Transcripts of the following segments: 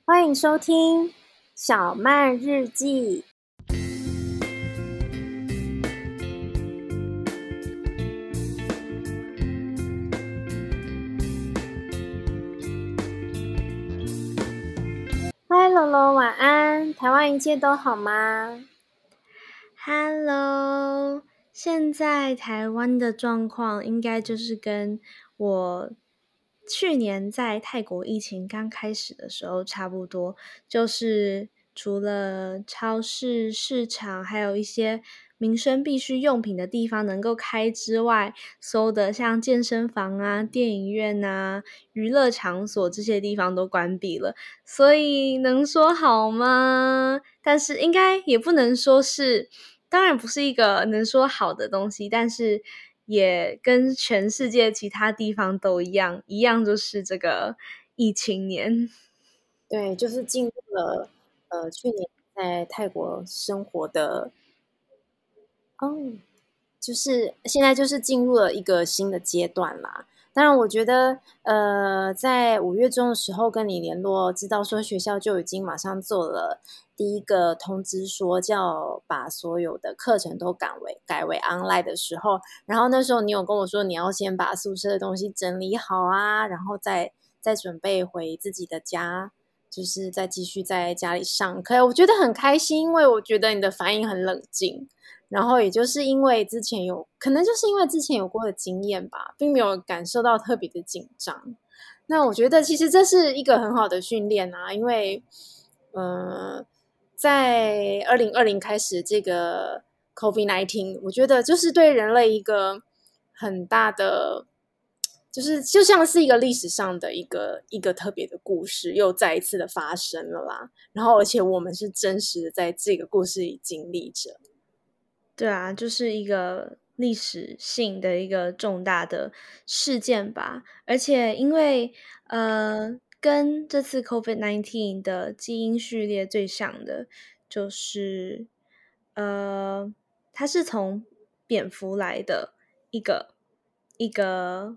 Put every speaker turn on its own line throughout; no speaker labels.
欢迎收听小曼日记。嗨，罗罗，晚安。台湾一切都好吗？
Hello，现在台湾的状况应该就是跟我去年在泰国疫情刚开始的时候差不多，就是除了超市、市场，还有一些民生必需用品的地方能够开之外，所有的像健身房啊、电影院啊、娱乐场所这些地方都关闭了。所以能说好吗？但是应该也不能说是，当然不是一个能说好的东西，但是也跟全世界其他地方都一样就是这个疫情年。
对，就是进入了去年在泰国生活的，就是现在就是进入了一个新的阶段啦。当然，我觉得在5月中的时候跟你联络，知道说学校就已经马上做了第一个通知，说叫把所有的课程都改为 online 的时候，然后那时候你有跟我说你要先把宿舍的东西整理好啊，然后再准备回自己的家，就是再继续在家里上课。我觉得很开心，因为我觉得你的反应很冷静。然后也就是因为可能就是因为之前有过的经验吧，并没有感受到特别的紧张。那我觉得其实这是一个很好的训练啊，因为在2020开始这个 COVID-19，我觉得就是对人类一个很大的，就像是一个历史上的一个特别的故事，又再一次的发生了啦。然后而且我们是真实的在这个故事里经历着。
对啊，就是一个历史性的一个重大的事件吧。而且因为跟这次 COVID-19 的基因序列最像的，就是它是从蝙蝠来的一个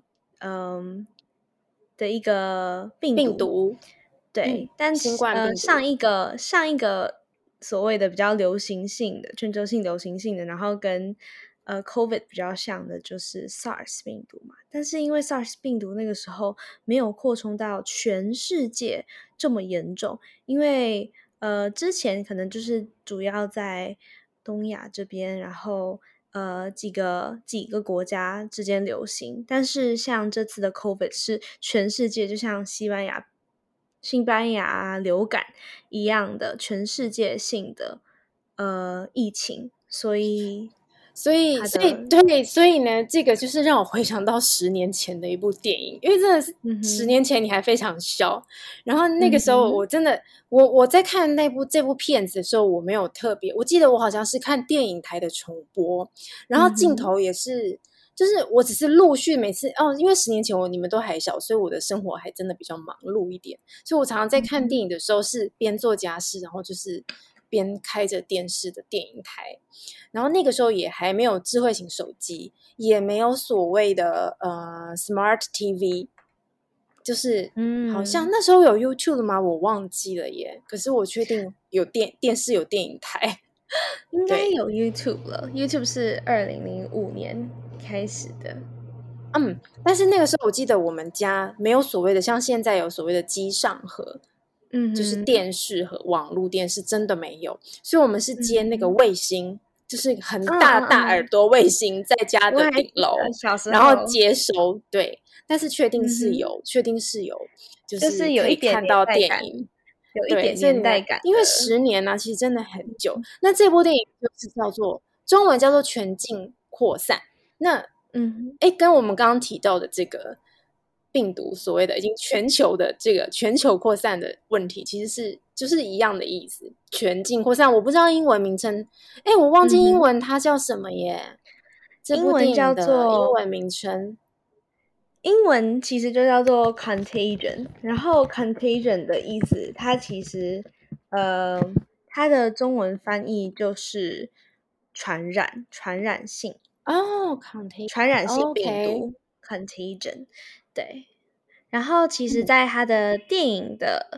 的一个病毒。
病毒，
对，但
新冠病毒，
上一个所谓的比较流行性的全球性流行性的，然后跟COVID 比较像的就是 SARS 病毒嘛。但是因为 SARS 病毒那个时候没有扩充到全世界这么严重，因为之前可能就是主要在东亚这边，然后几个国家之间流行，但是像这次的 COVID 是全世界，就像西班牙流感一样的全世界性的疫情，所以
对，所以呢，这个就是让我回想到10年前的一部电影，因为真的是10年前你还非常小，然后那个时候我真的，我在看这部片子的时候，我没有特别，我记得我好像是看电影台的重播，然后镜头也是。就是我只是陆续每次因为10年前你们都还小，所以我的生活还真的比较忙碌一点，所以我常常在看电影的时候是边做家事，然后就是边开着电视的电影台，然后那个时候也还没有智慧型手机，也没有所谓的Smart TV， 就是好像那时候有 YouTube 了吗？我忘记了耶，可是我确定有电视有电影台。
应该有 YouTube 了。YouTube 是2005年开始的。
但是那个时候我记得我们家没有所谓的像现在有所谓的机上盒，就是电视和网络电视真的没有，所以我们是接那个卫星，就是很大耳朵卫星在家的顶楼，然后接收。对，但是确定是有，就是可以看到电影。
有一点年代感，
因为10年呢，其实真的很久。那这部电影就是中文叫做全境扩散。那跟我们刚刚提到的这个病毒所谓的已经全球的这个全球扩散的问题，其实就是一样的意思，全境扩散。我不知道英文名称，我忘记英文它叫什么耶？这部电影的英文名称。
英文其实就叫做 contagion， 然后 contagion 的意思，它其实它的中文翻译就是传染性
contagion，
传染性病毒，contagion，对。然后其实在它的电影的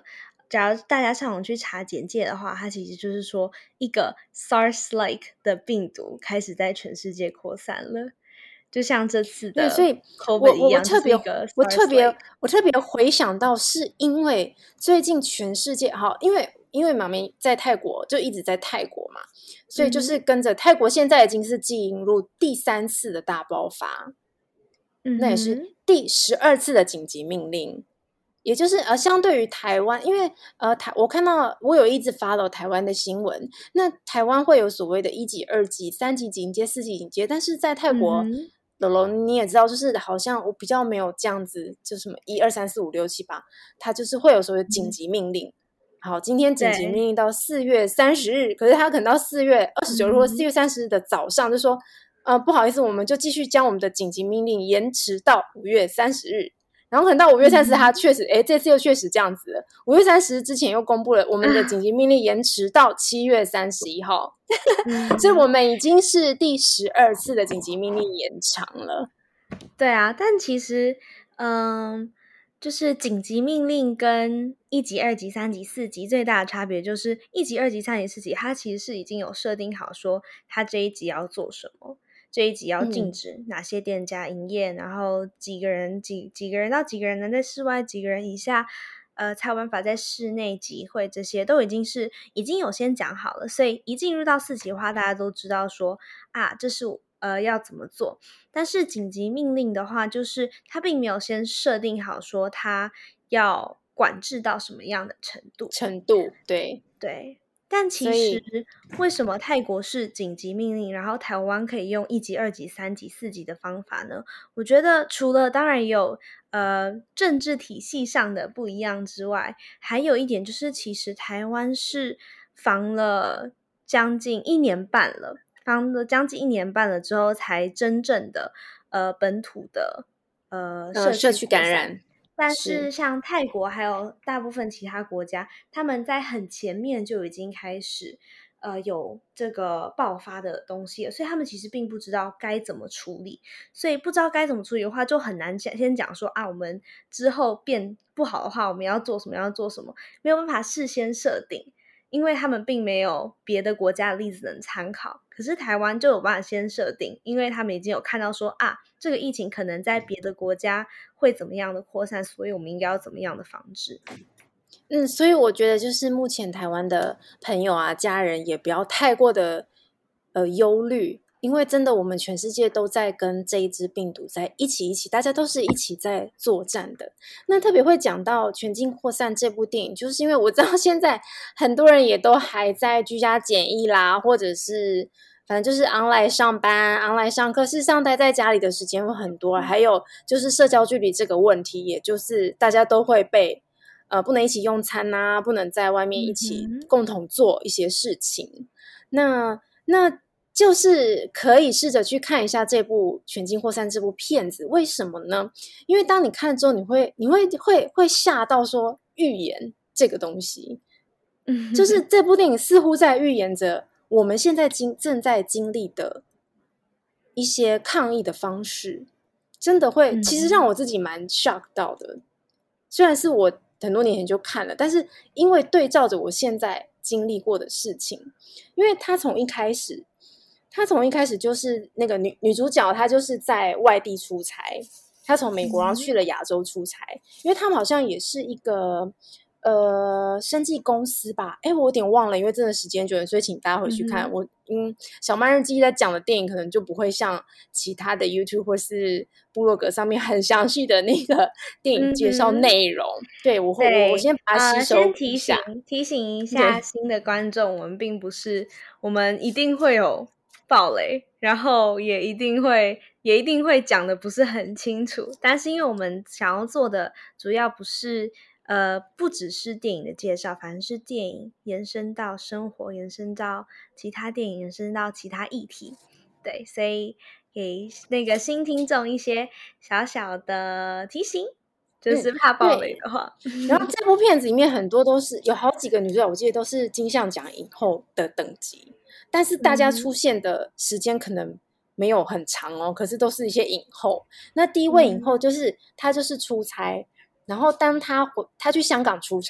假如大家上网去查简介的话，它其实就是说一个 SARS-like 的病毒开始在全世界扩散了，就像这次
对，所
的
以
COVID 一样，就
我特别
是一个 SARS-like。
回想到，是因为最近全世界好，因为妈咪在泰国就一直在泰国嘛，所以就是跟着泰国现在已经是进入第3次的大爆发，那也是第12次的紧急命令。也就是相对于台湾，因为我看到我有一直 follow 台湾的新闻，那台湾会有所谓的1级、2级、3级警戒、4级警戒，但是在泰国，楼楼你也知道，就是好像我比较没有这样子，就什么1、2、3、4、5、6、7、8，它就是会有所谓的紧急命令。好，今天紧急命令到4月30日，可是它可能到4月29日或4月30日的早上就说，不好意思，我们就继续将我们的紧急命令延迟到5月30日。然后可能到5月30日，它确实，这次又确实这样子了。5月30日之前又公布了我们的紧急命令延迟到7月31号，所以我们已经是第12次的紧急命令延长了。
对啊，但其实，就是紧急命令跟1级、2级、3级、4级最大的差别就是1级、2级、3级、4级，它其实是已经有设定好说它这一级要做什么。这一集要禁止哪些店家营业，然后几个人到几个人能在室外，几个人以下才有办法在室内集会，这些都已经有先讲好了，所以一进入到4级的话，大家都知道说这是要怎么做。但是紧急命令的话，就是它并没有先设定好说它要管制到什么样的程度，
对。
但其实为什么泰国是紧急命令，然后台湾可以用1级、2级、3级、4级的方法呢？我觉得除了当然有政治体系上的不一样之外，还有一点就是其实台湾是防了将近1年半了，之后才真正的本土的
社区感染。
但是像泰国还有大部分其他国家，他们在很前面就已经开始有这个爆发的东西了，所以他们其实并不知道该怎么处理，所以不知道该怎么处理的话，就很难先讲说我们之后变不好的话，我们要做什么，没有办法事先设定，因为他们并没有别的国家的例子能参考。可是台湾就有办法先设定，因为他们已经有看到说这个疫情可能在别的国家会怎么样的扩散，所以我们应该要怎么样的防治。
所以我觉得就是目前台湾的朋友家人也不要太过的忧虑，因为真的我们全世界都在跟这一支病毒在一起，大家都是一起在作战的。那特别会讲到《全境扩散》这部电影，就是因为我知道现在很多人也都还在居家检疫啦，或者是反正就是 online 上班 online 上课，事实上待在家里的时间会很多，还有就是社交距离这个问题，也就是大家都会被不能一起用餐不能在外面一起共同做一些事情。那就是可以试着去看一下这部《全境扩散》这部片子。为什么呢？因为当你看之后，你会吓到说预言这个东西，就是这部电影似乎在预言着我们现在正在经历的一些抗议的方式，真的会其实让我自己蛮 shock 到的。虽然是我很多年前就看了，但是因为对照着我现在经历过的事情，因为他从一开始就是那个女主角，她就是在外地出差，她从美国然后去了亚洲出差，因为他们好像也是一个生技公司吧，我有点忘了，因为真的时间久了，所以请大家回去看。小曼日记在讲的电影可能就不会像其他的 YouTube 或是部落格上面很详细的那个电影介绍内容。对，我先把它吸收一下。
先提醒一下新的观众，我们一定会有爆雷，然后也一定会讲的不是很清楚，但是因为我们想要做的主要不只是电影的介绍，反正是电影延伸到生活，延伸到其他电影，延伸到其他议题。对，所以给那个新听众一些小小的提醒，就是怕爆雷的话。
然后这部片子里面很多都是有好几个女主角，我记得都是金像奖影后的等级，但是大家出现的时间可能没有很长哦，可是都是一些影后。那第一位影后就是她就是出差，然后当她去香港出差，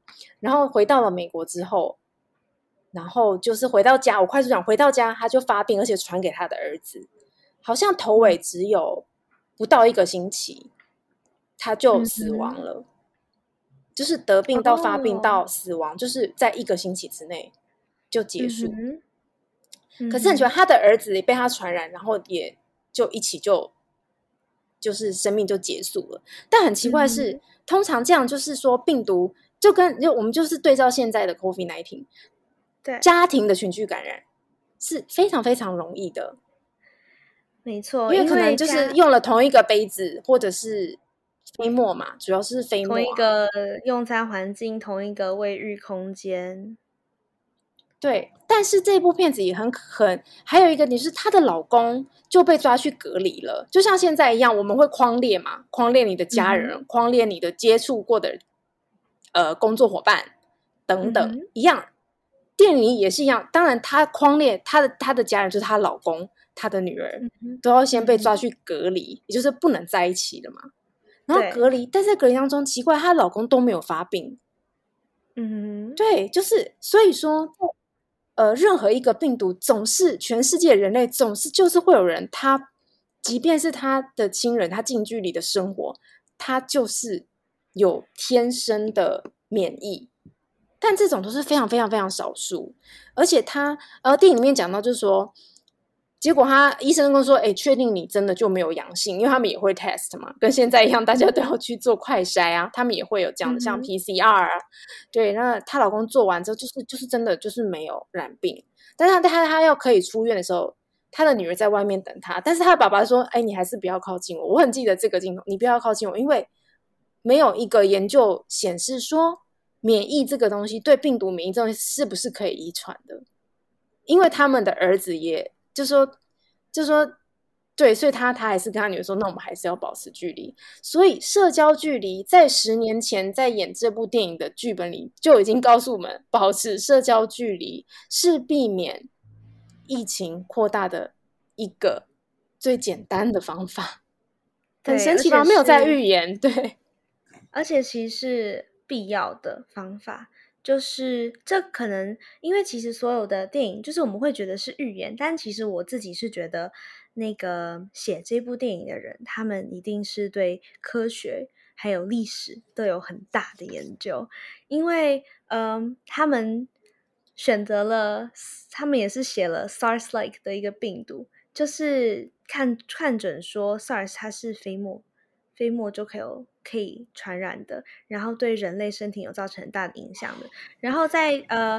然后回到了美国之后，然后就是回到家，我快速讲，回到家他就发病，而且传给他的儿子，好像头尾只有不到1个星期，他就死亡了。就是得病到发病到死亡，就是在1个星期之内就结束。可是很奇怪，他的儿子也被他传染，然后也就一起就是生命就结束了。但很奇怪的是，通常这样就是说病毒就我们就是对照现在的 COVID-19，
对，
家庭的群聚感染是非常非常容易的。
没错，
因为可能就是用了同一个杯子或者是飞沫嘛，主要是飞沫，
同一个用餐环境，同一个卫浴空间。
对，但是这部片子也很还有一个点是，她的老公就被抓去隔离了，就像现在一样，我们会匡列嘛，匡列你的家人，匡列你的接触过的工作伙伴等等，一样。电影里也是一样，当然她匡列她的家人，就是她老公、她的女儿，都要先被抓去隔离，也就是不能在一起的嘛。然后隔离，但在隔离当中，奇怪，她老公都没有发病。对，就是所以说。任何一个病毒总是全世界人类总是就是会有人他即便是他的亲人他近距离的生活他就是有天生的免疫，但这种都是非常非常非常少数。而且电影里面讲到就是说，结果医生跟我说确定你真的就没有阳性，因为他们也会 test 嘛，跟现在一样大家都要去做快筛啊，他们也会有这样的像 PCR 啊。对，那她老公做完之后就是真的就是没有染病，但是他要可以出院的时候，他的女儿在外面等他，但是他的爸爸说你还是不要靠近我，我很记得这个镜头，你不要靠近我，因为没有一个研究显示说免疫这个东西对病毒免疫这东西是不是可以遗传的，因为他们的儿子也就说对，所以他还是跟他女儿说，那我们还是要保持距离。所以社交距离在10年前在演这部电影的剧本里就已经告诉我们，保持社交距离是避免疫情扩大的一个最简单的方法。很神奇吧？没有在预言，对，
而且其实是必要的方法。就是这可能因为其实所有的电影就是我们会觉得是预言，但其实我自己是觉得那个写这部电影的人他们一定是对科学还有历史都有很大的研究，因为他们选择了他们也是写了 SARS-like 的一个病毒，就是看准说 SARS 它是飞沫就可以传染的，然后对人类身体有造成很大的影响的。然后在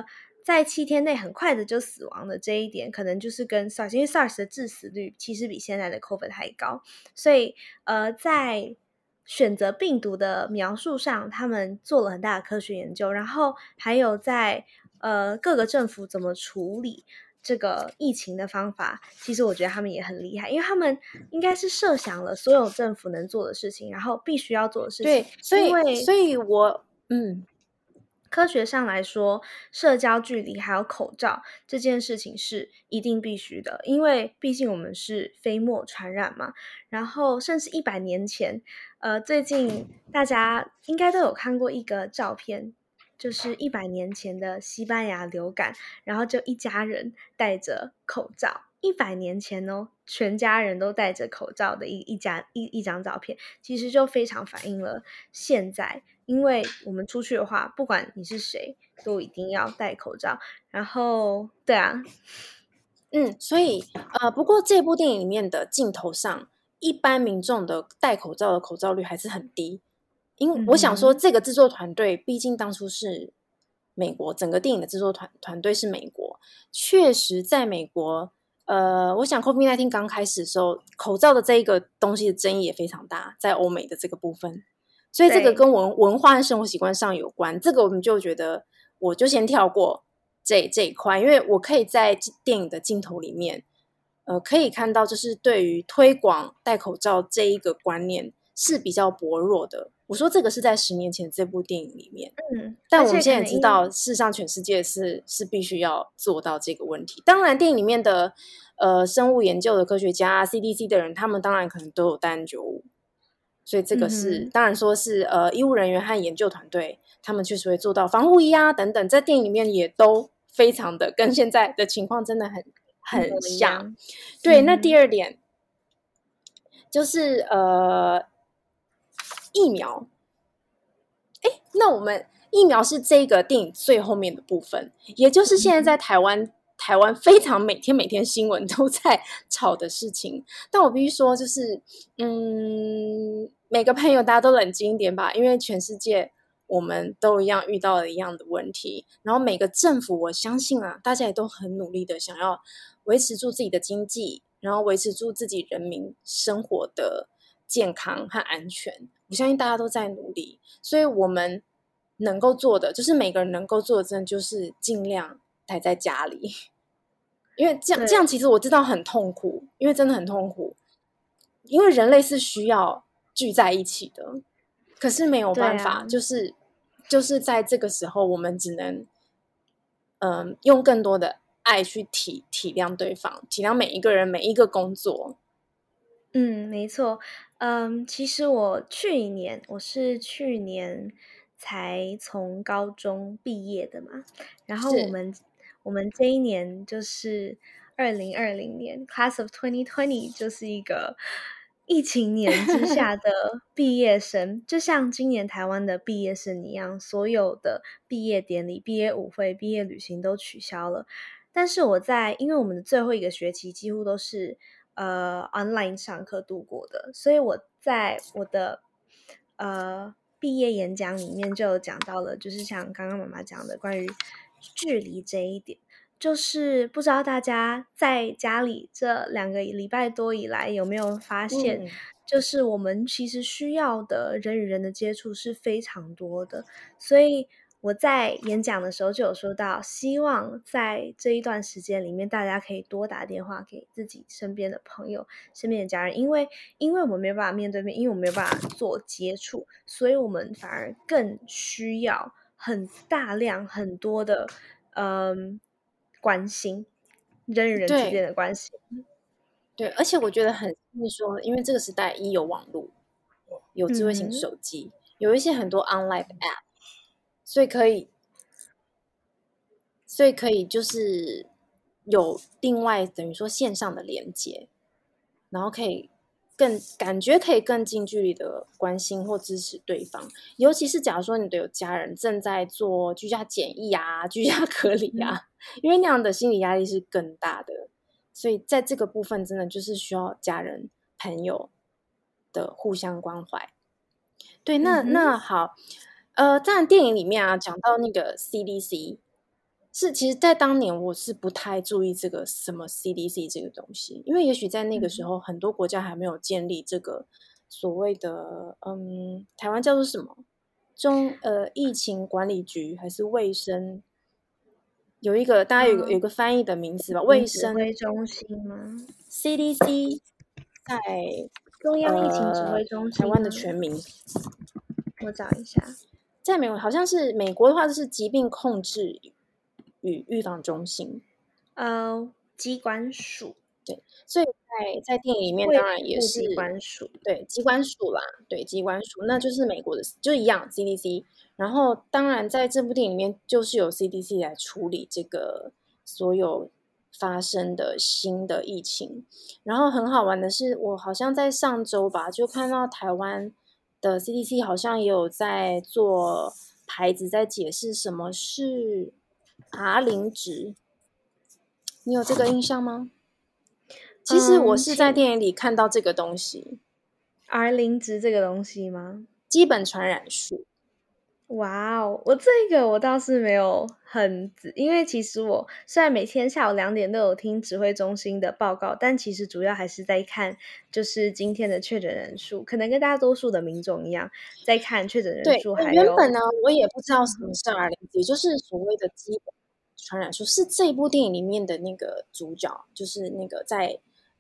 7天内很快的就死亡的这一点，可能就是跟 SARS， 因为 SARS 的致死率其实比现在的 COVID 还高，所以在选择病毒的描述上，他们做了很大的科学研究，然后还有在各个政府怎么处理这个疫情的方法，其实我觉得他们也很厉害，因为他们应该是设想了所有政府能做的事情，然后必须要做的事情。
对，所以我
科学上来说，社交距离还有口罩这件事情是一定必须的，因为毕竟我们是飞沫传染嘛。然后甚至100年前，最近大家应该都有看过一个照片，就是100年前的西班牙流感，然后就一家人戴着口罩。100年前哦，全家人都戴着口罩的一张照片，其实就非常反映了现在。因为我们出去的话，不管你是谁，都一定要戴口罩。然后，对啊，
所以不过这部电影里面的镜头上，一般民众的戴口罩的口罩率还是很低。因为我想说，这个制作团队毕竟当初是美国，整个电影的制作团队是美国，确实在美国，我想 COVID-19 刚开始的时候，口罩的这一个东西的争议也非常大，在欧美的这个部分。所以这个跟文化和生活习惯上有关，这个我们就觉得我就先跳过这一块，因为我可以在电影的镜头里面可以看到就是对于推广戴口罩这一个观念是比较薄弱的。我说这个是在10年前这部电影里面，但我们现在也知道事实上全世界是必须要做到这个问题。当然电影里面的生物研究的科学家 CDC 的人，他们当然可能都有戴N95， 所以这个是、当然说是医务人员和研究团队他们确实会做到防护衣啊等等，在电影里面也都非常的跟现在的情况真的很像。对，那第二点就是疫苗。那我们疫苗是这个电影最后面的部分，也就是现在在台湾非常每天新闻都在吵的事情。但我必须说，就是每个朋友大家都冷静一点吧，因为全世界我们都一样遇到了一样的问题。然后每个政府，我相信啊，大家也都很努力的想要维持住自己的经济，然后维持住自己人民生活的健康和安全。我相信大家都在努力，所以我们能够做的，就是每个人能够做的，真的就是尽量待在家里。因为这样其实我知道很痛苦，因为真的很痛苦，因为人类是需要聚在一起的，可是没有办法，就是在这个时候，我们只能用更多的爱去体谅对方，体谅每一个人每一个工作。
没错。其实我是去年才从高中毕业的嘛，然后我们这一年就是2020年 Class of 2020，就是一个疫情年之下的毕业生，就像今年台湾的毕业生一样，所有的毕业典礼、毕业舞会、毕业旅行都取消了。但是因为我们的最后一个学期几乎都是online 上课度过的，所以我在我的毕业演讲里面就有讲到了，就是像刚刚妈妈讲的关于距离这一点，就是不知道大家在家里这2个礼拜多以来有没有发现，就是我们其实需要的人与人的接触是非常多的，所以我在演讲的时候就有说到，希望在这一段时间里面，大家可以多打电话给自己身边的朋友、身边的家人，因为我们没有办法面对面，因为我们没有办法做接触，所以我们反而更需要很大量、很多的关心，人与人之间的关系。
对，而且我觉得很是说，因为这个时代有网络，有智慧型手机，有一些很多 online app， 所以可以就是有另外等于说线上的连接，然后感觉可以更近距离的关心或支持对方，尤其是假如说你的有家人正在做居家检疫啊、居家隔离啊，因为那样的心理压力是更大的。所以在这个部分真的就是需要家人朋友的互相关怀。对，那好，在电影里面啊，讲到那个 CDC， 其实在当年我是不太注意这个什么 CDC 这个东西，因为也许在那个时候很多国家还没有建立这个所谓的台湾叫做什么疫情管理局还是卫生，有一个大家有一个翻译的名字吧，卫生
指挥中心吗
CDC 在
中央疫情指挥中心
台湾的全名，
我找一下，
在美国好像是美国的话就是疾病控制与预防中心，
疾管署。
对，所以在电影里面当然也是
疾管署，
对疾管署啦，对疾管署，那就是美国的，就一样 CDC。然后当然在这部电影里面就是由 CDC 来处理这个所有发生的新的疫情。然后很好玩的是，我好像在上周吧，就看到台湾的 CDC 好像也有在做牌子，在解释什么是 R0值，你有这个印象吗？其实我是在电影里看到这个东西
，R0值这个东西吗？
基本传染数。
哇哦，我倒是没有因为其实我虽然每天下午2点都有听指挥中心的报告，但其实主要还是在看就是今天的确诊人数，可能跟大多数的民众一样，在看确诊人数。还有
原本呢，我也不知道什么是R0，也就是所谓的基本传染数，是这部电影里面的那个主角，就是那个在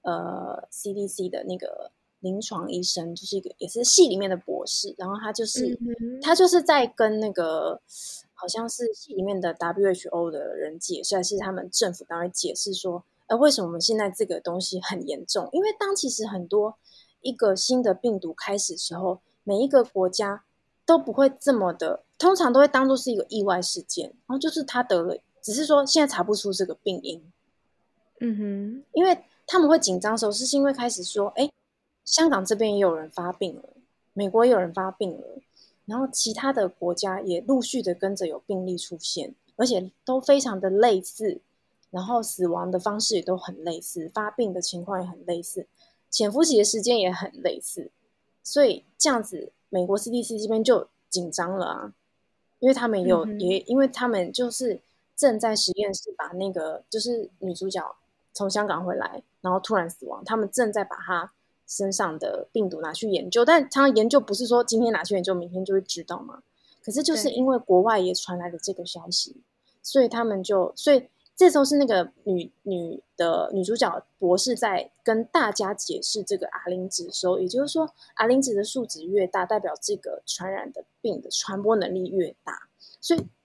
CDC 的那个临床医生，就是也是戏里面的博士，然后他就是在跟那个好像是戏里面的 WHO 的人解释，还是他们政府单位解释说，为什么我们现在这个东西很严重？因为当其实很多一个新的病毒开始的时候，每一个国家都不会这么的，通常都会当作是一个意外事件，然后就是他得了，只是说现在查不出这个病因。因为他们会紧张的时候，是因为开始说，香港这边也有人发病了，美国也有人发病了，然后其他的国家也陆续的跟着有病例出现，而且都非常的类似，然后死亡的方式也都很类似，发病的情况也很类似，潜伏期的时间也很类似，所以这样子，美国 CDC 这边就紧张了啊，因为他们也因为他们就是正在实验室把那个就是女主角从香港回来，然后突然死亡，他们正在把她身上的病毒拿去研究，但他研究不是说今天拿去研究明天就会知道嘛，可是就是因为国外也传来了这个消息，所以他们所以这时候是那个女主角博士在跟大家解释这个 R 零值的时候，也就是说 R 零值的数值越大，代表这个传染的病的传播能力越大，所以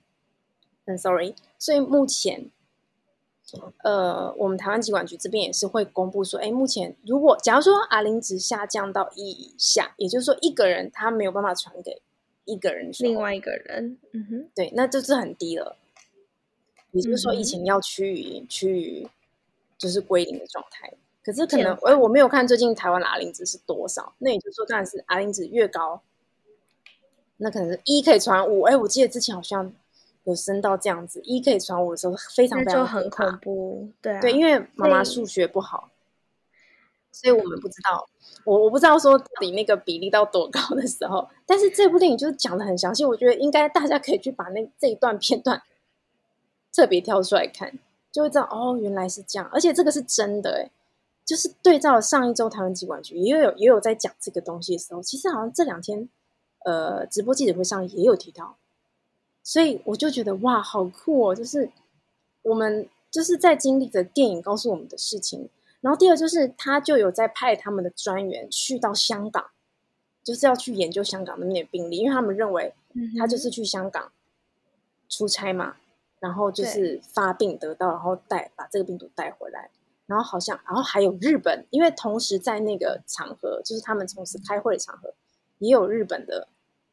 sorry， 所以目前我们台湾疾管局这边也是会公布说，目前如果假如说 R 零值下降到1以下，也就是说一个人他没有办法传给一个人说，
另外一个人，
对，那就是很低了。也就是说，疫情要趋于就是归零的状态。可是可能我没有看最近台湾的 R 零值是多少，那也就是说，当然是 R 零值越高，那可能是1可以传5。我记得之前好像有升到这样子，1可以传5的时候，非常非常
那就很恐怖。对啊，
对，因为妈妈数学不好，所以我们不知道，我不知道说到底那个比例到多高的时候。但是这部电影就是讲的很详细，我觉得应该大家可以去把这一段片段特别挑出来看，就会知道原来是这样，而且这个是真的就是对照上一周台湾疾管局也有在讲这个东西的时候，其实好像这2天直播记者会上也有提到，所以我就觉得哇，好酷就是我们就是在经历着电影告诉我们的事情。然后第二就是他就有在派他们的专员去到香港，就是要去研究香港那边的病例，因为他们认为他就是去香港出差嘛，然后就是发病得到，然后把这个病毒带回来，然后还有日本，因为同时在那个场合，就是他们同时开会的场合，也有日本的，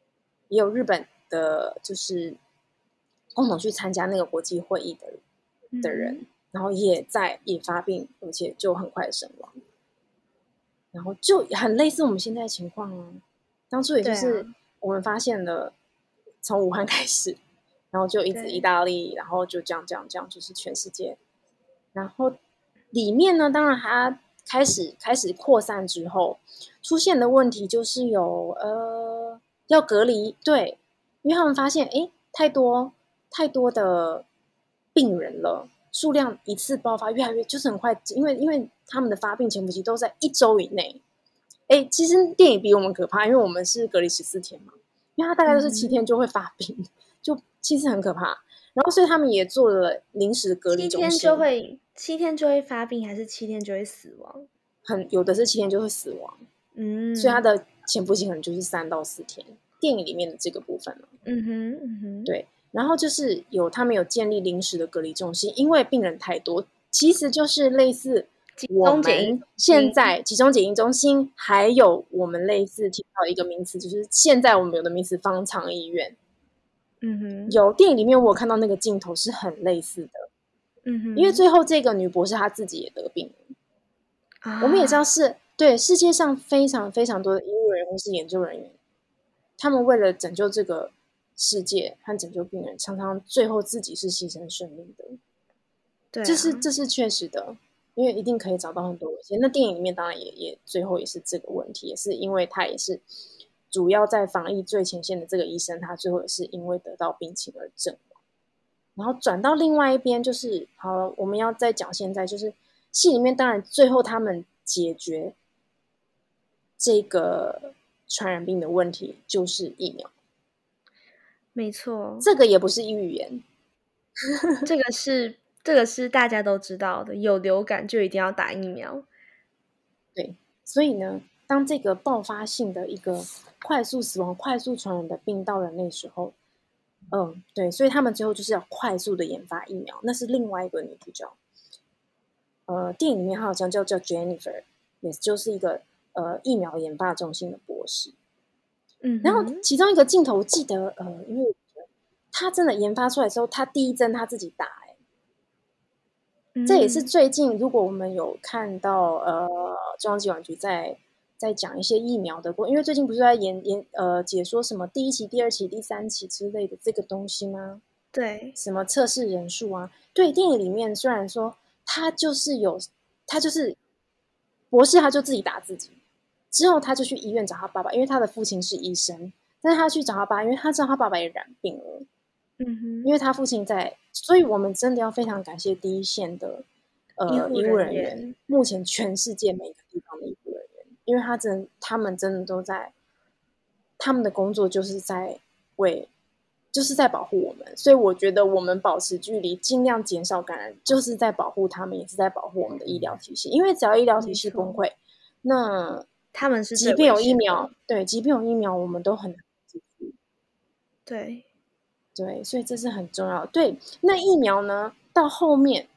就是共同去参加那个国际会议的人，然后也发病，而且就很快的身亡，然后就很类似我们现在的情况啊。当初也就是我们发现了，从武汉开始，然后就一直意大利，然后就这样，就是全世界。然后里面呢，当然它开始扩散之后，出现的问题就是有要隔离，对，因为他们发现太多的病人了，数量一次爆发越来越，就是很快，因为他们的发病潜伏期都在1周以内。其实电影比我们可怕，因为我们是隔离14天嘛，因为他大概都是7天就会发病，就其实很可怕。然后所以他们也做了临时隔离中心。
7天就会发病，还是7天就会死亡？
有的是7天就会死亡，所以他的潜伏期可能就是3到4天。电影里面的这个部分对。然后就是他们有建立临时的隔离中心，因为病人太多，其实就是类似我们现在集中检疫中心，还有我们类似提到一个名词，就是现在我们有的名词方舱医院。有电影里面我有看到那个镜头是很类似的。因为最后这个女博士她自己也得病了。我们也知道对世界上非常非常多的医务人员或是研究人员，他们为了拯救这个世界和拯救病人，常常最后自己是牺牲生命的。
对，
这是确实的，因为一定可以找到很多危险。那电影里面当然也最后也是这个问题，也是因为他也是主要在防疫最前线的这个医生，他最后也是因为得到病情而阵亡。然后转到另外一边，就是好了，我们要再讲现在就是戏里面，当然最后他们解决这个传染病的问题就是疫苗。
没错，
这个也不是预言，
这个是大家都知道的，有流感就一定要打疫苗。
对，所以呢，当这个爆发性的一个快速死亡、快速传染的病到了那时候，对，所以他们最后就是要快速的研发疫苗，那是另外一个女主角。电影里面好像叫 Jennifer，也就是一个疫苗研发中心的博士。
嗯哼，
然后其中一个镜头记得因为他真的研发出来的时候，他第一针他自己打，这也是最近如果我们有看到中央疾管局在讲一些疫苗的因为最近不是在解说什么第1期、第2期、第3期之类的这个东西吗？
对，
什么测试人数啊？对，电影里面虽然说他就是博士，他就自己打自己，之后他就去医院找他爸爸，因为他的父亲是医生，但是他去找他爸爸，因为他知道他爸爸也染病了，因为他父亲在，所以我们真的要非常感谢第一线的医务人员，目前全世界每个地方的医护人员，因为他们真的都在，他们的工作就是在保护我们，所以我觉得我们保持距离，尽量减少感染，就是在保护他们，也是在保护我们的医疗体系。因为只要医疗体系崩溃，那
他们是
即便有疫苗，对，即便有疫苗，我们都很难继续。对，所以这是很重要的。对，那疫苗呢，到后面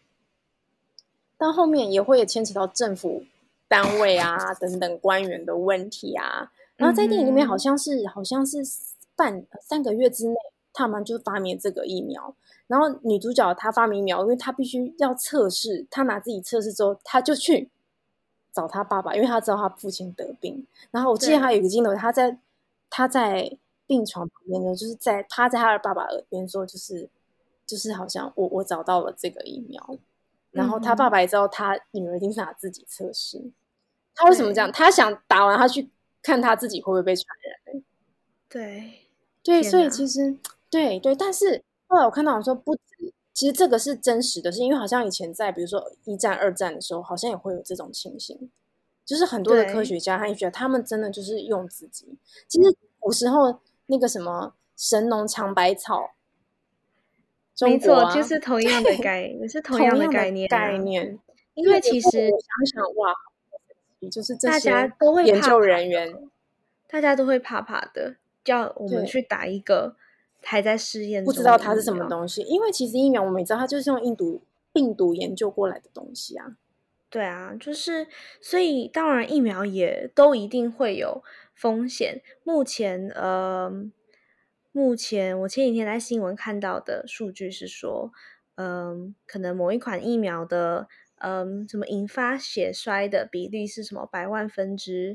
也会牵扯到政府单位啊等等官员的问题啊。然后在电影里面好像是3个月之内，他们就发明这个疫苗。然后女主角她发明疫苗，因为她必须要测试，她拿自己测试之后，她就去找她爸爸，因为她知道她父亲得病。然后我记得她有一个镜头，她在病床旁边呢，就是趴在她的爸爸耳边说，就是好像我找到了这个疫苗。然后他爸爸也知道他女儿一定是他自己测试。他为什么这样？他想打完他去看他自己会不会被传染。对，所以其实对，但是后来我看到我说不止，其实这个是真实的，是因为好像以前在比如说1战、2战的时候，好像也会有这种情形，就是很多的科学家他也觉得他们真的就是用自己。其实古时候那个什么神农尝百草。
没错，就是同样的
同样的
概念。因
为
其实
我想哇，就是这些
大家都会
研究人员，
大家都会怕的，叫我们去打一个还在试验中的疫苗，
不知道它是什么东西。因为其实疫苗我们也知道，它就是用病毒研究过来的东西啊。
对啊，就是所以当然疫苗也都一定会有风险。目前我前几天在新闻看到的数据是说，可能某一款疫苗的什么引发血衰的比例是什么100万分之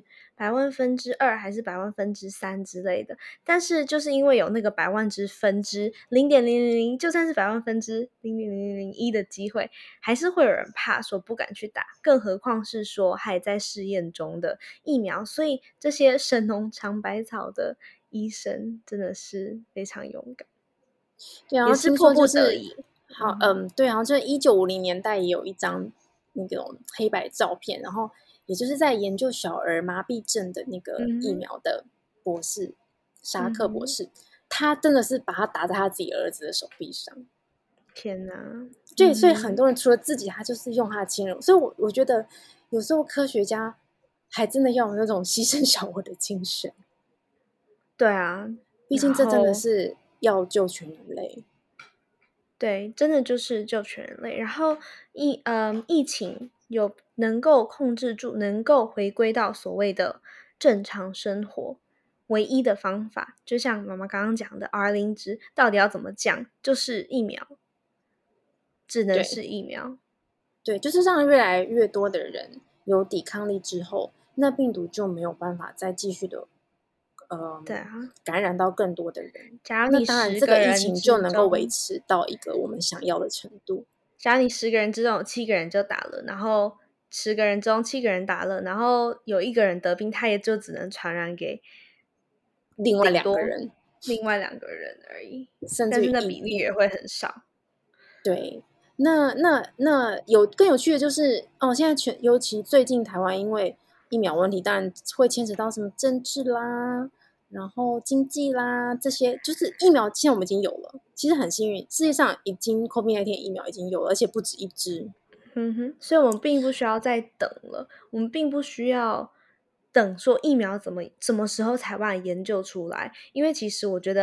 2还是100万分之3之类的，但是就是因为有那个100万分之0.000，就算是100万分之0.0001的机会，还是会有人怕说不敢去打，更何况是说还在试验中的疫苗。所以这些神农尝百草的医生真的是非常勇敢，
对，然后听说就是好，对，然后就1950年代也有一张那种黑白照片，然后也就是在研究小儿麻痹症的那个疫苗的博士沙克博士，他真的是把它打在他自己儿子的手臂上。
天哪！
对，所以很多人除了自己，他就是用他的亲人，所以我觉得有时候科学家还真的要有那种牺牲小我的精神。
对啊，
毕竟这真的是要救全人类。
对，真的就是救全人类。然后疫情有能够控制住，能够回归到所谓的正常生活，唯一的方法，就像妈妈刚刚讲的 R0值到底要怎么降，就是疫苗，只能是疫苗。
对，就是让越来越多的人有抵抗力之后，那病毒就没有办法再继续的
对啊，
感染到更多的人。
假如你
当然这个疫情就能够维持到一个我们想要的程度。
假如你10个人之中有7个人就打了，然后10个人中7个人打了，然后有1个人得病，他也就只能传染给
另外2个人
而已，
甚至
但是那比例也会很少。
对，那更有趣的就是现在尤其最近台湾因为疫苗问题，当然会牵扯到什么政治啦，然后经济啦，这些就是疫苗现在我们已经有了，其实很幸运，世界上已经 COVID-19 疫苗已经有了，而且不止1支。
所以我们并不需要再等了，我们并不需要等说疫苗什么时候才把它研究出来，因为其实我觉得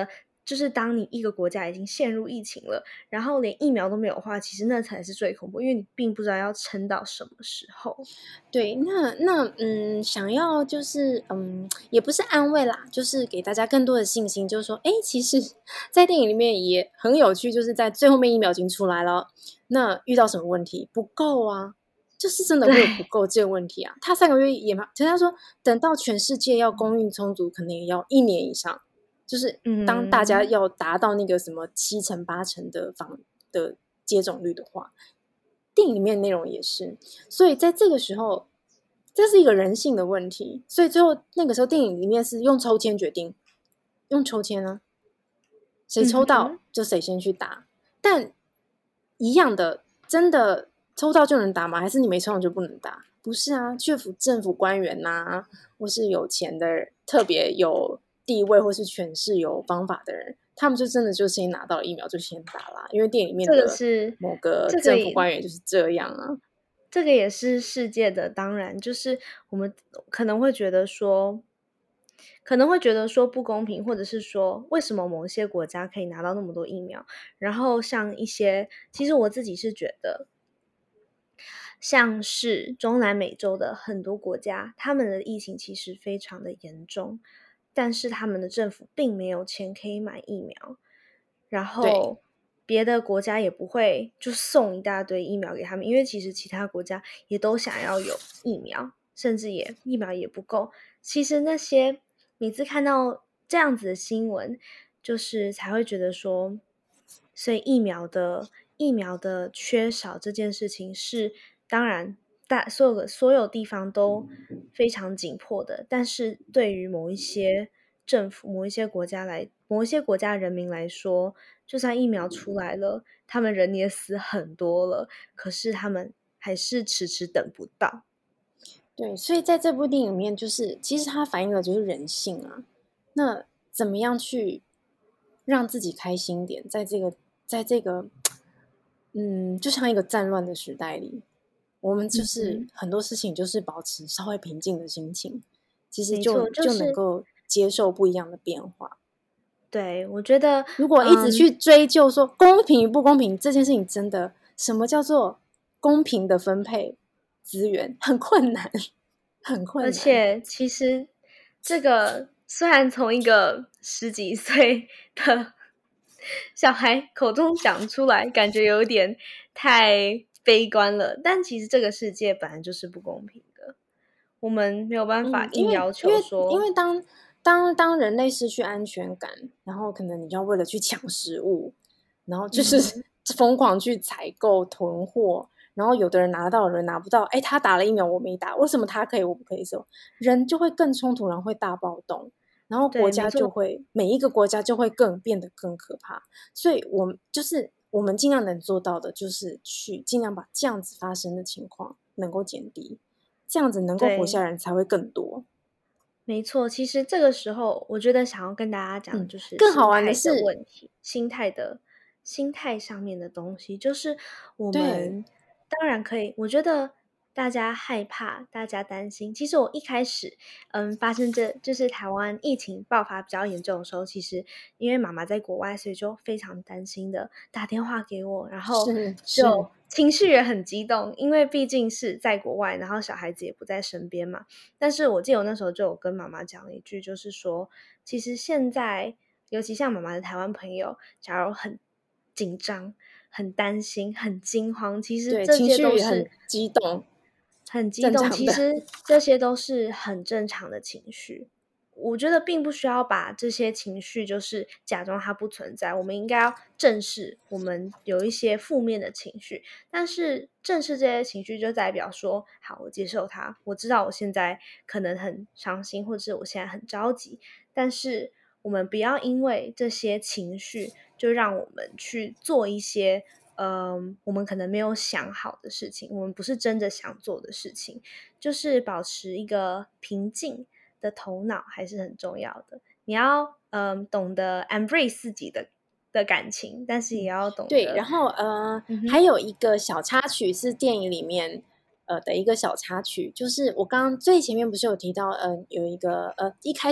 就是当你一个国家已经陷入疫情了，然后连疫苗都没有的话，其实那才是最恐怖，因为你并不知道要撑到什么时候。
对，想要就是也不是安慰啦，就是给大家更多的信心，就是说，其实，在电影里面也很有趣，就是在最后面疫苗已经出来了，那遇到什么问题不够啊？就是真的会有不够这个问题啊。他3个月也嘛，他说等到全世界要供应充足，可能也要1年以上。就是当大家要达到那个什么7成8成的接种率的话，电影里面的内容也是。所以在这个时候，这是一个人性的问题。所以最后那个时候电影里面是用抽签决定，用抽签啊，谁抽到就谁先去打。但一样的，真的抽到就能打吗？还是你没抽到就不能打？不是啊，政府官员啊，或是有钱的人，特别有地位或是权势有方法的人，他们就真的就先拿到疫苗就先打啦。因为电影里面的某个政府官员就是这样啊。
这个也是世界的，当然就是我们可能会觉得说不公平，或者是说为什么某些国家可以拿到那么多疫苗，然后像一些，其实我自己是觉得像是中南美洲的很多国家，他们的疫情其实非常的严重，但是他们的政府并没有钱可以买疫苗，然后别的国家也不会就送一大堆疫苗给他们，因为其实其他国家也都想要有疫苗，甚至疫苗也不够。其实那些每次看到这样子的新闻，就是才会觉得说，所以疫苗的缺少这件事情是当然所有地方都非常紧迫的，但是对于某一些政府、某一些国家人民来说，就算疫苗出来了，他们人也死很多了，可是他们还是迟迟等不到。
对，所以在这部电影里面，就是其实它反映的就是人性啊。那怎么样去让自己开心点，在这个就像一个战乱的时代里，我们就是很多事情就是保持稍微平静的心情，其实就能够接受不一样的变化。
对，我觉得
如果一直去追究说公平与不公平这件事情，真的什么叫做公平的分配资源，很困难，很困难。
而且其实这个虽然从一个10几岁的小孩口中讲出来，感觉有点太悲观了，但其实这个世界本来就是不公平的，我们没有办法硬要求说，
因为当人类失去安全感，然后可能你要为了去抢食物，然后就是疯狂去采购囤货，然后有的人拿到，有人拿不到，他打了疫苗我没打，为什么他可以我不可以？人就会更冲突，然后会大暴动，然后国家就会每一个国家就会变得更可怕。所以我们尽量能做到的就是去尽量把这样子发生的情况能够减低，这样子能够活下来人才会更多。
没错，其实这个时候我觉得想要跟大家讲就是
更好玩的是
问题，心态上面的东西，就是我们当然可以，我觉得大家害怕，大家担心。其实我一开始发生就是台湾疫情爆发比较严重的时候，其实因为妈妈在国外，所以就非常担心的打电话给我，然后就情绪也很激动，因为毕竟是在国外，然后小孩子也不在身边嘛。但是我记得我那时候就有跟妈妈讲了一句，就是说其实现在尤其像妈妈的台湾朋友，假如很紧张、很担心、很惊慌，其实这些都是
很激动，
其实这些都是很正常的情绪。我觉得并不需要把这些情绪就是假装它不存在，我们应该要正视我们有一些负面的情绪，但是正视这些情绪就代表说，好，我接受它，我知道我现在可能很伤心，或者是我现在很着急，但是我们不要因为这些情绪就让我们去做一些我们可能没有想好的事情，我们不是真的想做的事情，就是保持一个平静的头脑还是很重要的。你要懂得 embrace 自己的感情，但是也要懂得
对。然后还有一个小插曲是电影里面的一个小插曲，就是我刚刚最前面不是有提到有一个一开始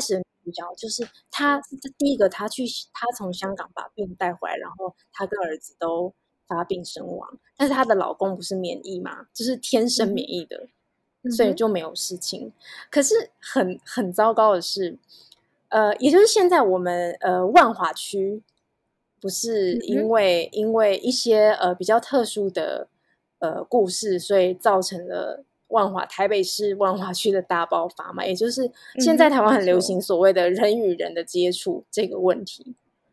主角，就是他第一个他从香港把病带回来，然后他跟儿子都发病身亡，但是她的老公不是免疫嘛，就是天生免疫的，所以就没有事情。可是很糟糕的是，也就是现在我们万华区不是因为一些比较特殊的故事，所以造成了台北市万华区的大爆发嘛，也就是现在台湾很流行所谓的人与人的接触这个问题。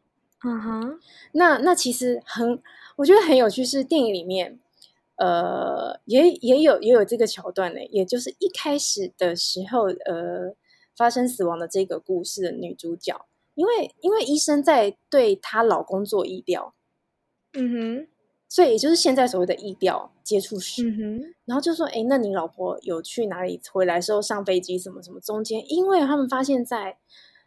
那其实我觉得很有趣，是电影里面也有这个桥段呢，也就是一开始的时候发生死亡的这个故事的女主角，因为医生在对她老公做疫调，所以也就是现在所谓的疫调接触史，然后就说那你老婆有去哪里，回来时候上飞机什么什么中间，因为他们发现在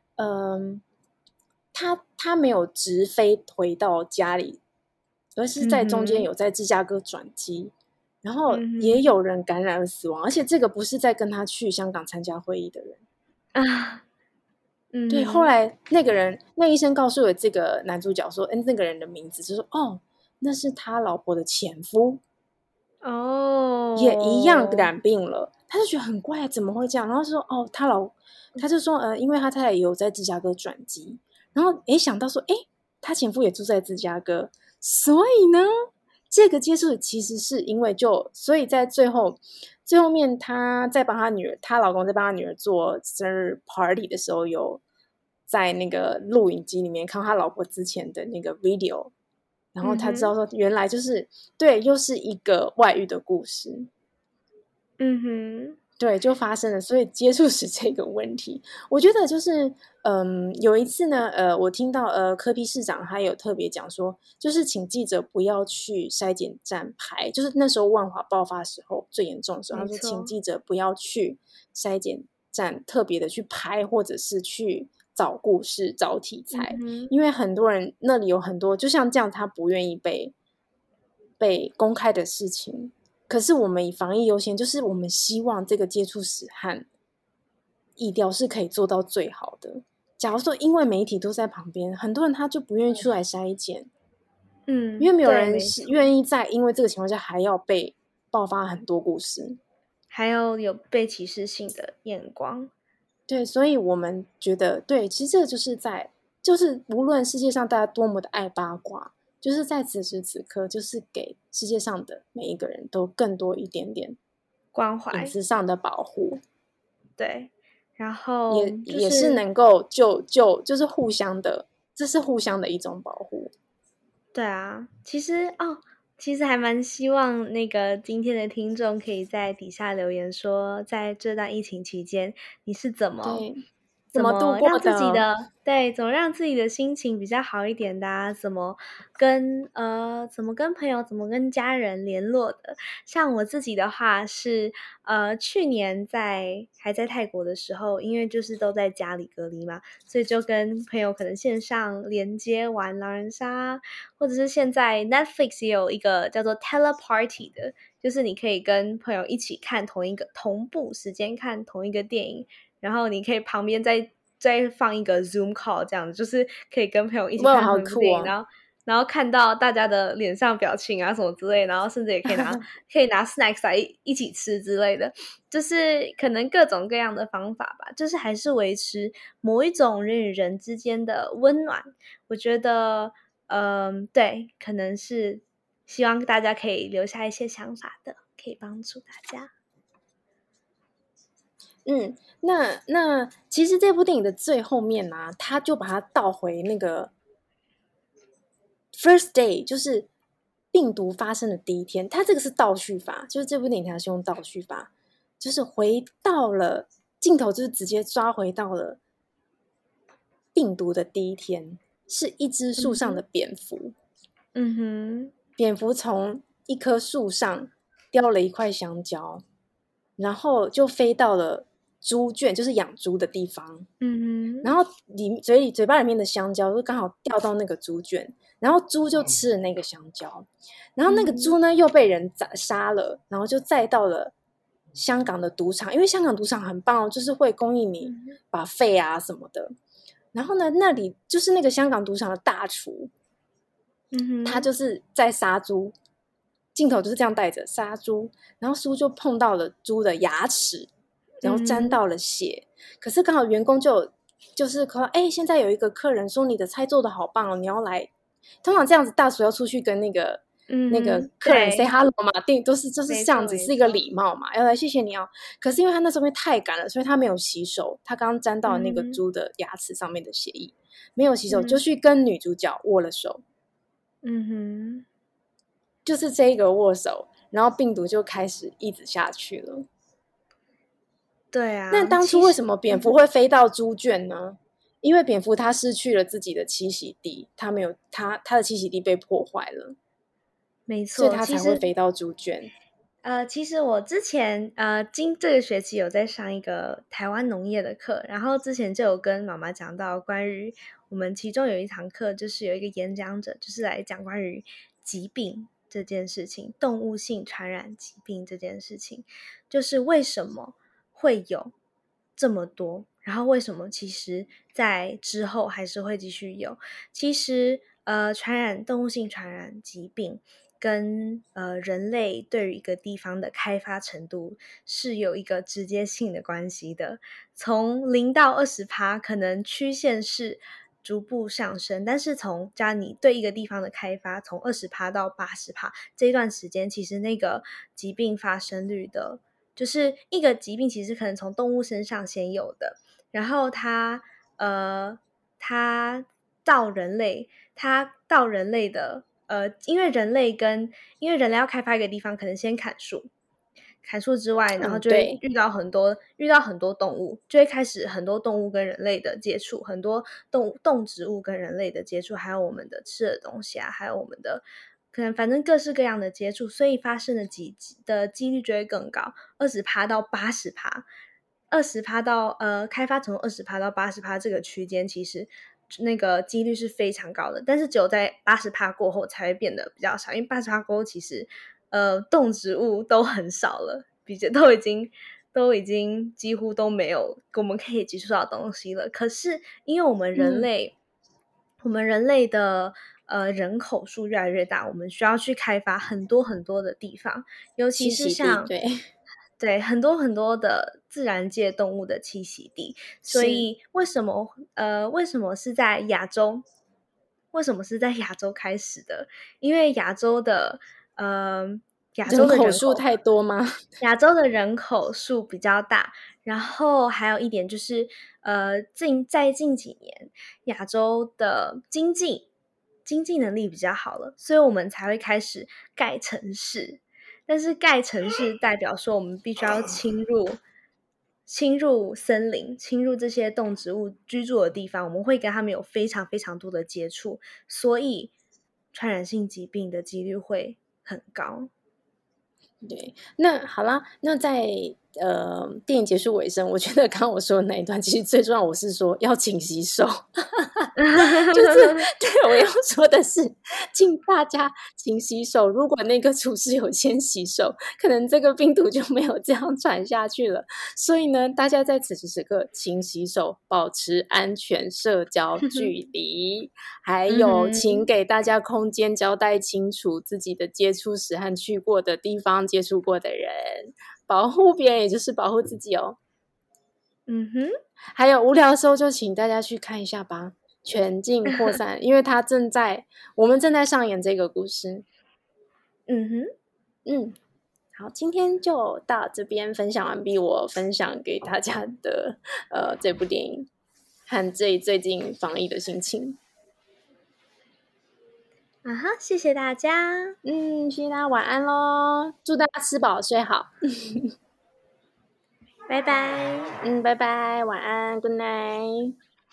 他没有直飞回到家里，而是在中间有在芝加哥转机，然后也有人感染而死亡，而且这个不是在跟他去香港参加会议的人啊。对，后来那医生告诉了这个男主角说那个人的名字，就说那是他老婆的前夫，也一样染病了。他就觉得很怪，怎么会这样？然后说他就说因为他太太也有在芝加哥转机，然后想到说他前夫也住在芝加哥，所以呢这个接触其实是因为所以在最后面他在帮他老公在帮他女儿做生日 party 的时候，有在那个录影机里面看他老婆之前的那个 video， 然后他知道说原来就是对，又是一个外遇的故事。对，就发生了，所以接触史这个问题，我觉得就是有一次呢我听到柯 P 市长他有特别讲说，就是请记者不要去筛检站排，就是那时候万华爆发的时候最严重的时候，他说请记者不要去筛检站特别的去排，或者是去找故事找题材，因为很多人那里有很多就像这样他不愿意被公开的事情，可是我们以防疫优先，就是我们希望这个接触史和疫调是可以做到最好的。假如说因为媒体都在旁边，很多人他就不愿意出来筛检，因为没有人愿意在因为这个情况下还要被爆发很多故事，
还要有被歧视性的眼光。
对，所以我们觉得对，其实这个就是无论世界上大家多么的爱八卦，就是在此时此刻，就是给世界上的每一个人都更多一点点
关怀、
隐私上的保护。
对，然后、
也是能够就是互相的，这是互相的一种保护。
对啊，其实还蛮希望那个今天的听众可以在底下留言说，在这段疫情期间你是怎么
度过的，
怎么让自己的心情比较好一点的啊，怎么跟朋友怎么跟家人联络的。像我自己的话是去年还在泰国的时候，因为就是都在家里隔离嘛，所以就跟朋友可能线上连接玩狼人杀，或者是现在 Netflix 也有一个叫做 Teleparty 的，就是你可以跟朋友一起看同步时间看同一个电影，然后你可以旁边再放一个 Zoom call， 这样子就是可以跟朋友一起看同一部电影，然后看到大家的脸上表情啊什么之类，然后甚至也可以拿 snacks 来一起吃之类的，就是可能各种各样的方法吧，就是还是维持某一种人与人之间的温暖。我觉得对，可能是希望大家可以留下一些想法的，可以帮助大家。
那其实这部电影的最后面啊，他就把它倒回那个 first day， 就是病毒发生的第一天。他这个是倒叙法，就是这部电影它是用倒叙法，就是回到了镜头，就是直接抓回到了病毒的第一天，是一只树上的蝙蝠。蝙蝠从一棵树上叼了一块香蕉，然后就飞到了猪圈，就是养猪的地方。然后嘴巴里面的香蕉就刚好掉到那个猪圈，然后猪就吃了那个香蕉，然后那个猪呢又被人杀了，然后就载到了香港的赌场，因为香港赌场很棒哦，就是会供应你buffet啊什么的。然后呢，那里就是那个香港赌场的大厨，他就是在杀猪，镜头就是这样带着杀猪，然后猪就碰到了猪的牙齿，然后沾到了血。可是刚好员工就是说，现在有一个客人说你的菜做的好棒哦，你要来。通常这样子，大厨要出去跟那个客人 say hello 嘛，就是这样子，是一个礼貌嘛，要来谢谢你哦。可是因为他那时候太赶了，所以他没有洗手，他刚刚沾到那个猪的牙齿上面的血液，没有洗手，就去跟女主角握了手。就是这个握手，然后病毒就开始一直下去了。
对啊，
那当初为什么蝙蝠会飞到猪圈呢？因为蝙蝠它失去了自己的栖息地，它的栖息地被破坏了，
没错，
所以它才会飞到猪圈。
其实我之前这个学期有在上一个台湾农业的课，然后之前就有跟妈妈讲到关于我们其中有一堂课，就是有一个演讲者就是来讲关于疾病这件事情，动物性传染疾病这件事情，就是为什么会有这么多，然后为什么其实在之后还是会继续有。其实动物性传染疾病跟人类对于一个地方的开发程度是有一个直接性的关系的。从0到20%可能曲线是逐步上升，但是假如你对一个地方的开发从20%到80%这一段时间，其实那个疾病发生率的，就是一个疾病其实可能从动物身上先有的，然后它到人类的因为人类要开发一个地方，可能先砍树之外，然后就会遇到很多动物，就会开始很多动物跟人类的接触，很多动植物跟人类的接触，还有我们的吃的东西啊，还有我们的可能反正各式各样的接触，所以发生的几率就会更高，20%到80%，20%到开发从20%到80%这个区间，其实那个几率是非常高的，但是只有在80%过后才会变得比较少，因为80%过后其实动植物都很少了，都已经几乎都没有我们可以接触到的东西了。可是因为我们人类的人口数越来越大，我们需要去开发很多很多的地方，尤其是像对很多很多的自然界动物的栖息地，所以为什么是在亚洲？为什么是在亚洲开始的？因为亚洲的
人口数太多吗？
亚洲的人口数比较大，然后还有一点就是在近几年，亚洲的经济能力比较好了，所以我们才会开始盖城市。但是盖城市代表说我们必须要侵入森林，侵入这些动植物居住的地方，我们会跟他们有非常非常多的接触，所以传染性疾病的几率会很高。
对，那好啦，那在电影结束尾声，我觉得刚刚我说的那一段，其实最重要，我是说要勤洗手，就是对我要说的是，请大家勤洗手。如果那个厨师有先洗手，可能这个病毒就没有这样传下去了。所以呢，大家在此时此刻勤洗手，保持安全社交距离，还有请给大家空间，交代清楚自己的接触史和去过的地方。接触过的人，保护别人也就是保护自己哦。还有无聊的时候就请大家去看一下吧，全境扩散，因为我们正在上演这个故事。好，今天就到这边分享完毕，我分享给大家的这部电影和最近防疫的心情。
谢谢大家。
谢谢大家，晚安咯，祝大家吃饱睡好。
拜拜。
拜拜，晚安 ，Good night。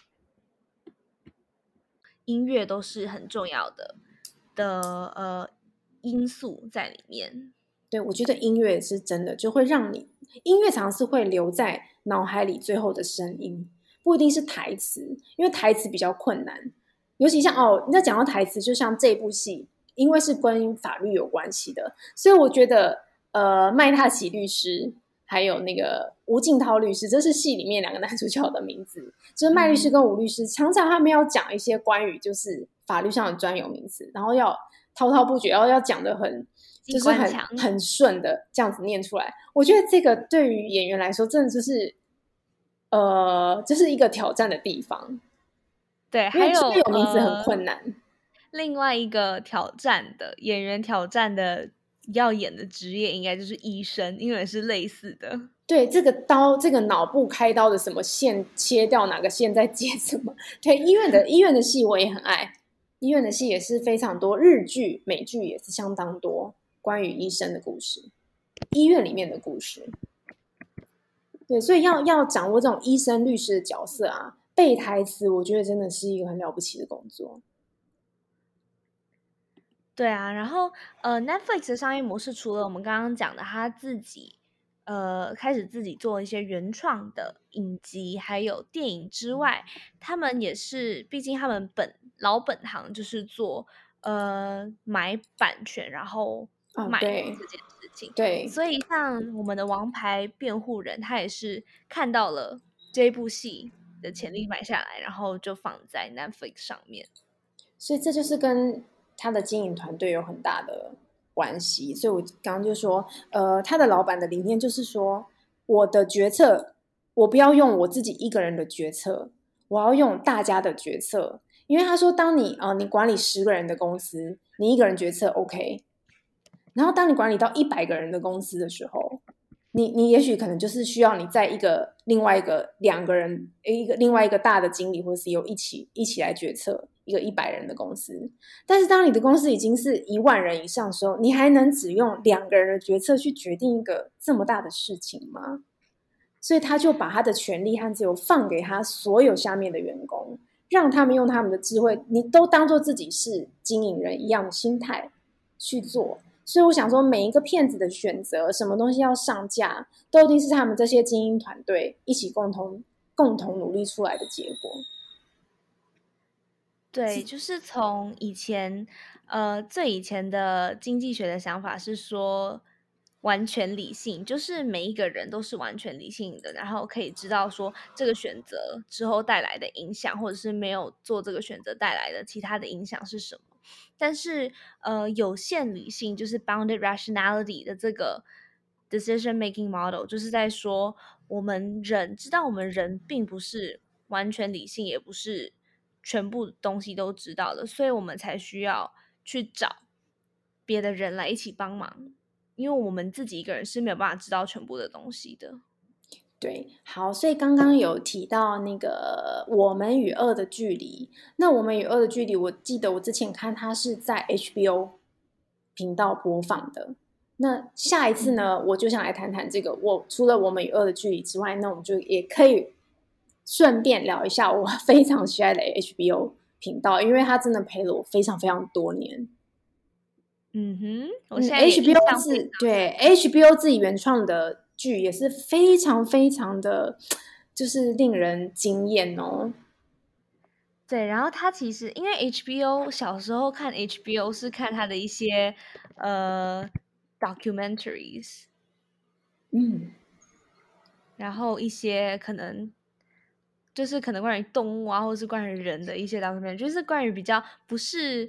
音乐都是很重要的因素在里面。
对，我觉得音乐是真的，就会让你音乐常常是会留在脑海里最后的声音，不一定是台词，因为台词比较困难。尤其像你在讲到台词，就像这部戏，因为是跟法律有关系的，所以我觉得麦塔奇律师还有那个吴敬涛律师，这是戏里面2个男主角的名字，就是麦律师跟吴律师，常常他们要讲一些关于就是法律上的专有名词，然后要滔滔不绝，然后要讲的就是很顺的这样子念出来。我觉得这个对于演员来说，真的就是就是一个挑战的地方。
对，还有
名字很困难。
另外一个演员挑战的要演的职业，应该就是医生，因为是类似的。
对，这个脑部开刀的什么线切掉哪个线再接什么。对，医院的戏我也很爱，医院的戏也是非常多，日剧、美剧也是相当多关于医生的故事，医院里面的故事。对，所以要掌握这种医生、律师的角色啊，背台词，我觉得真的是一个很了不起的工作。
对啊，然后Netflix 的商业模式除了我们刚刚讲的他自己开始自己做一些原创的影集还有电影之外，他们也是毕竟他们老本行就是做买版权然后卖这件事情。
对，
所以像我们的王牌辩护人，他也是看到了这部戏的潜力买下来，然后就放在 Netflix 上面。
所以这就是跟他的经营团队有很大的关系。所以我刚刚就说他的老板的理念就是说，我的决策我不要用我自己一个人的决策，我要用大家的决策。因为他说当你管理10个人的公司，你一个人决策 OK， 然后当你管理到100个人的公司的时候，你也许可能就是需要你在另外一个2个人另外一个大的经理或者 CEO 一起来决策一个100人的公司。但是当你的公司已经是1万人以上的时候，你还能只用2个人的决策去决定一个这么大的事情吗？所以他就把他的权利和自由放给他所有下面的员工，让他们用他们的智慧，你都当作自己是经营人一样的心态去做。所以我想说，每一个片子的选择，什么东西要上架，都一定是他们这些精英团队一起共同努力出来的结果。
对，就是从以前最以前的经济学的想法是说完全理性，就是每一个人都是完全理性的，然后可以知道说这个选择之后带来的影响，或者是没有做这个选择带来的其他的影响是什么。但是有限理性就是 bounded rationality 的这个 decision making model， 就是在说我们知道我们人并不是完全理性，也不是全部东西都知道的，所以我们才需要去找别的人来一起帮忙，因为我们自己一个人是没有办法知道全部的东西的。
对，好，所以刚刚有提到那个我们与恶的距离，那我们与恶的距离，我记得我之前看它是在 HBO 频道播放的。那下一次呢，我就想来谈谈这个。除了我们与恶的距离之外，那我们就也可以顺便聊一下我非常喜爱的 HBO 频道，因为它真的陪了我非常非常多年。
我现在
HBO 自己原创的剧也是非常非常的，就是令人惊艳哦。
对，然后他其实因为 HBO 小时候看 HBO 是看他的一些documentaries，然后一些可能关于动物啊，或者是关于人的一些 documentary， 就是关于比较不是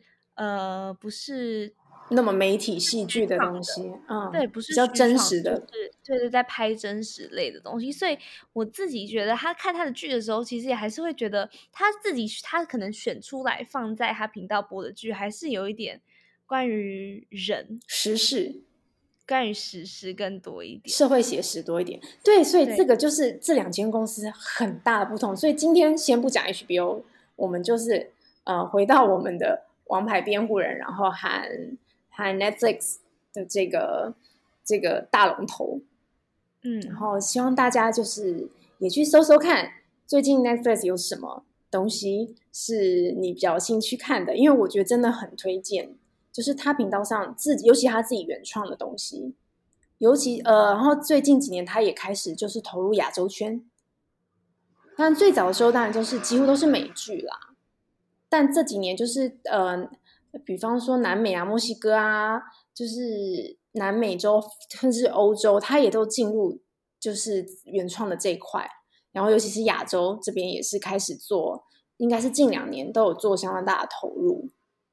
那么媒体戏剧的东西，
对，不是
比较真实的，
就是在拍真实类的东西。所以我自己觉得，他看他的剧的时候，其实也还是会觉得他可能选出来放在他频道播的剧，还是有一点关于人
时事。
关于时事更多一点，
社会写实多一点。对，所以这个就是这2间公司很大的不同。所以今天先不讲 HBO， 我们就是回到我们的王牌辩护人，然后和 Netflix 的这个大龙头。然后希望大家就是也去搜搜看，最近 Netflix 有什么东西是你比较有兴趣看的，因为我觉得真的很推荐。就是他频道上尤其他自己原创的东西，然后最近几年他也开始就是投入亚洲圈。但最早的时候当然几乎都是美剧啦，但这几年就是比方说南美啊、墨西哥啊，就是南美洲甚至欧洲，他也都进入就是原创的这一块，然后尤其是亚洲这边也是开始做，应该是近2年都有做相当大的投入。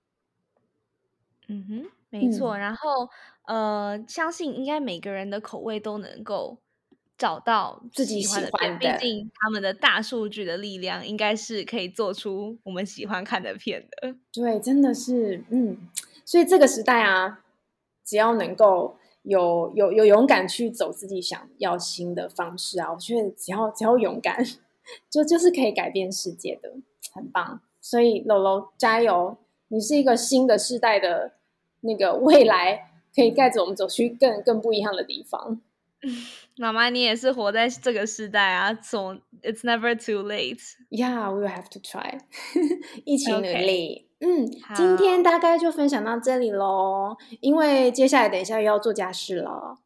没错。然后相信应该每个人的口味都能够找到
自己喜欢的，
毕竟他们的大数据的力量应该是可以做出我们喜欢看的片的。
对，真的是所以这个时代啊，只要能够有勇敢去走自己想要新的方式啊，我觉得只要勇敢就是可以改变世界的，很棒。所以柔柔加油，你是一个新的世代的那个未来，可以带着我们走去更不一样的地方。
妈妈，你也是活在这个时代啊 ，so it's never too late.
Yeah, we will have to try. 一起努力。
好，
今天大概就分享到这里咯，因为接下来等一下又要做家事了。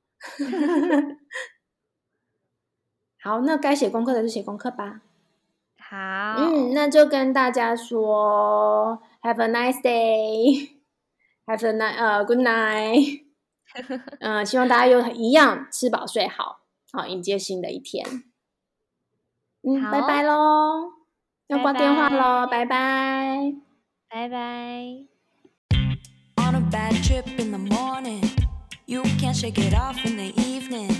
好，那该写功课的就写功课吧。
好，
那就跟大家说 ，Have a nice day. Have a good night. 希望大家又一样吃饱睡好，好迎接新的一天。拜拜咯，要挂电话咯，拜拜，
拜拜。
On a bad trip in the morning, you can't shake it off in the evening.